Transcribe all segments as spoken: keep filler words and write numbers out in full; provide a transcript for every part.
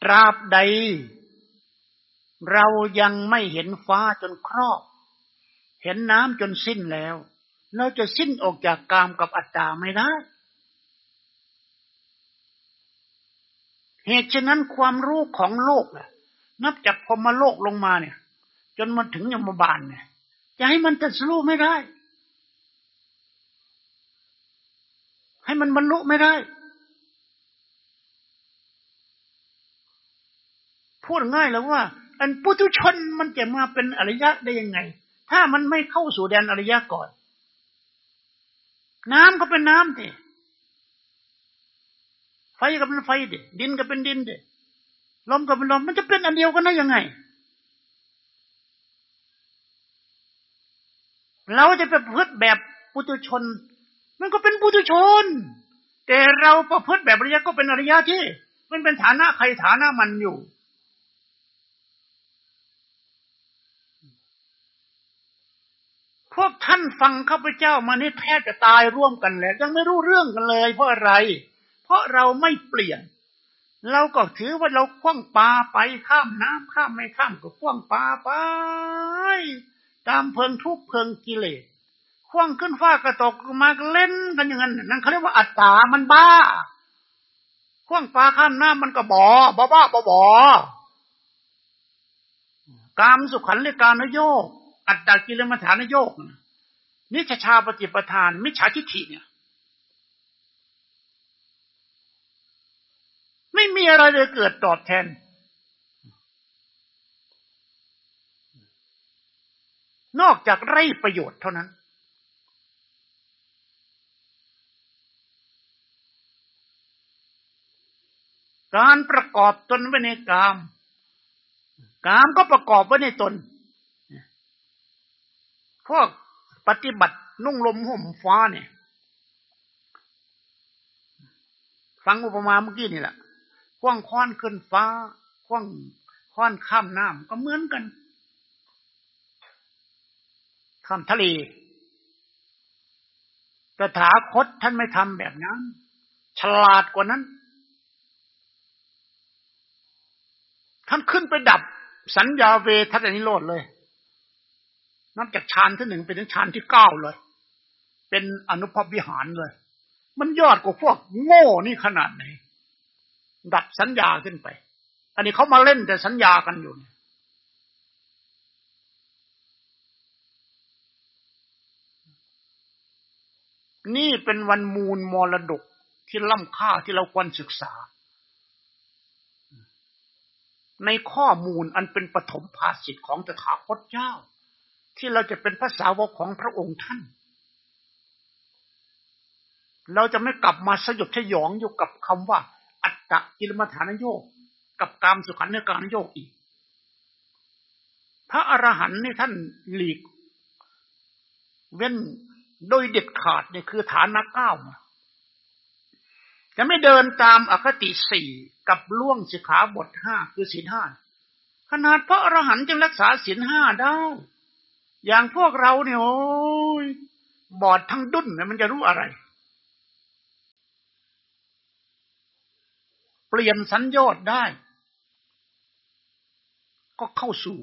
ตราบใดเรายังไม่เห็นฟ้าจนครอบเห็นน้ำจนสิ้นแล้วเราจะสิ้นออกจากกามกับอัตตาไม่ได้เหตุฉะนั้นความรู้ของโลกน่ะนับจากพรหมโลกลงมาเนี่ยจนมาถึงยมบาลเนี่ยจะให้มันตรัสรู้ไม่ได้ให้มันบรรลุไม่ได้พูดง่ายแล้วว่าอันปุถุชนมันจะมาเป็นอริยะได้ยังไงถ้ามันไม่เข้าสู่แดนอริยะก่อนน้ำก็เป็นน้ำดิไฟก็เป็นไฟดิดินก็เป็นดินดิลมก็เป็นลมมันจะเป็นอันเดียวกันได้ยังไงเราจะไปประพฤติแบบปุถุชนมันก็เป็นปุถุชนแต่เราประพฤติแบบอริยะก็เป็นอริยะที่มันเป็นฐานะใครฐานะมันอยู่พวกท่านฟังข้าพเจ้ามานี่แทบจะตายร่วมกันแล้วยังไม่รู้เรื่องกันเลยเพราะอะไรเพราะเราไม่เปลี่ยนเราก็ถือว่าเราขว้างปลาไปข้ามน้ำข้ามไม่ข้ามก็ขว้างปลาไปตามเพลิงทุกข์เพลิงกิเลสขว้างขึ้นฟ้ากระตกมาเล่นกันอย่างนั้นนั่นเขาเรียกว่าอัตตามันบ้าขว้างปลาข้ามน้ำมันก็บ่อบ้าบ้าบ่บ่กามสุขันธ์การนโยกอัตตกิลมัฏฐานโยกนิชฌาปฏิปทานมิจฉาทิฏฐิเนี่ยไม่มีอะไรเลยเกิดตอบแทนนอกจากไร้ประโยชน์เท่านั้นการประกอบตนไว้ในกามกามก็ประกอบไว้ในตนพวกปฏิบัตินุ่งลมห่มฟ้าเนี่ยฟังอุปมาเมื่อกี้นี่แหละขว้างค้อนขึ้นฟ้าขว้างค้อนข้ามน้ำก็เหมือนกันข้ามทะเลตถาคตท่านไม่ทำแบบนั้นฉลาดกว่านั้นท่านขึ้นไปดับสัญญาเวทัตนิโรธเลยนับจากฌานที่หนึ่งไปถึงฌานที่เก้าเลยเป็นอนุภาพวิหารเลยมันยอดกว่าพวกโง่นี่ขนาดไหนดับสัญญาขึ้นไปอันนี้เขามาเล่นแต่สัญญากันอยู่นี่เป็นวันมูลมรดกที่ล้ำค่าที่เราควรศึกษาในข้อมูลอันเป็นปฐมภาสิทธิ์ของตถาคตเจ้าที่เราจะเป็นพระสาวกของพระองค์ท่านเราจะไม่กลับมาสยดสยองอยู่กับคำว่าอัตตกิลมัฏฐานโยกกับกามสุขันธ์การโยกอีกพระอรหันต์นี่ท่านหลีกเว้นโดยเด็ดขาดเนี่ยคือฐานะเก้าจะไม่เดินตามอคติสี่กับล่วงสิกขาบทห้าคือศีลห้าขนาดพระอรหันต์จึงรักษาศีลห้าได้อย่างพวกเราเนี่ยโอ้ยบอดทั้งดุ้นเนี่ยมันจะรู้อะไรเปลี่ยนสัญญาได้ก็เข้าสู่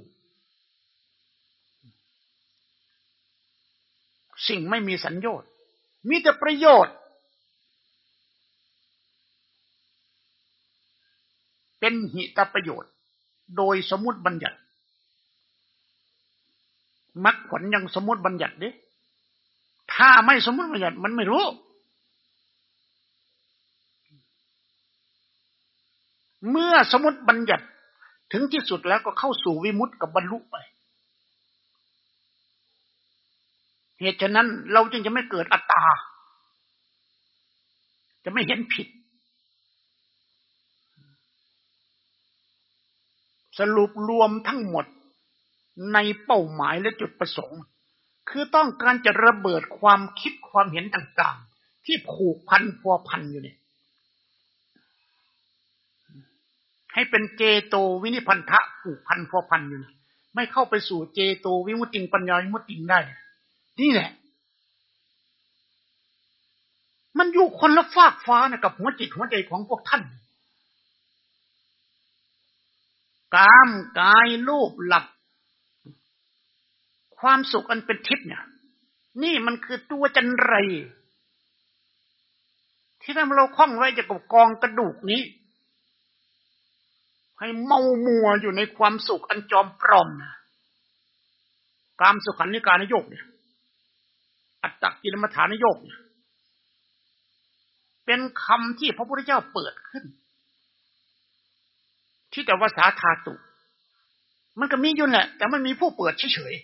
สิ่งไม่มีสัญญามีแต่ประโยชน์เป็นหิตประโยชน์โดยสมมุติบัญญัติมรรคผลยังสมมุติบัญญัติดิถ้าไม่สมมุติบัญญัติมันไม่รู้เมื่อสมมุติบัญญัติถึงที่สุดแล้วก็เข้าสู่วิมุตติกับบรรลุไปเหตุฉะนั้นเราจึงจะไม่เกิดอัตตาจะไม่เห็นผิดสรุปรวมทั้งหมดในเป้าหมายและจุดประสงค์คือต้องการจะระเบิดความคิดความเห็นต่างๆที่ผูกพันพัวพันอยู่เนี่ยให้เป็นเจโตวินิพันธะผูกพันพัวพันอยู่ไม่เข้าไปสู่เจโตวิมุตติปัญญาวิมุตติได้นี่แหละมันอยู่คนละฟากฟ้านะกับหัวจิตหัวใจของพวกท่านกามกายรูปหลับความสุขอันเป็นทิพย์เนี่ยนี่มันคือตัวจันไรที่ทำเราคล้องไว้จะกับกองกระดูกนี้ให้เมามัวอยู่ในความสุขอันจอมปลอมนะกามสุขันธิการนโยกเนี่ยอัตตกิลมัฏฐานโยกเนี่ยเป็นคำที่พระพุทธเจ้าเปิดขึ้นที่แต่ว่าสาธาตุมันก็มีอยู่แหละแต่มันมีผู้เปิดเฉย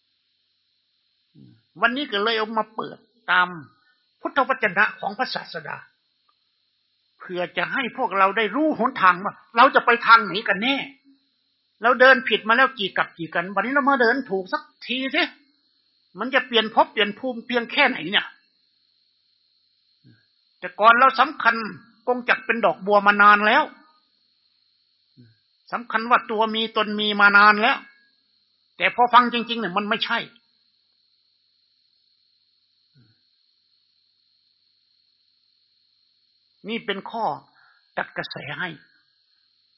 ๆวันนี้ก็เลยเอามาเปิดตามพุทธวจนะของพระศาสดาเพื่อจะให้พวกเราได้รู้หนทางว่าเราจะไปทางไหนกันแน่เราเดินผิดมาแล้วกี่กับกี่กันวันนี้เรามาเดินถูกสักทีสิมันจะเปลี่ยนภพเปลี่ยนภูมิเพียงแค่ไหนเนี่ยแต่ก่อนเราสำคัญกงจักเป็นดอกบัวมานานแล้วสำคัญว่าตัวมีตนมีมานานแล้วแต่พอฟังจริงๆเนี่ยมันไม่ใช่นี่เป็นข้อตัดกระแสให้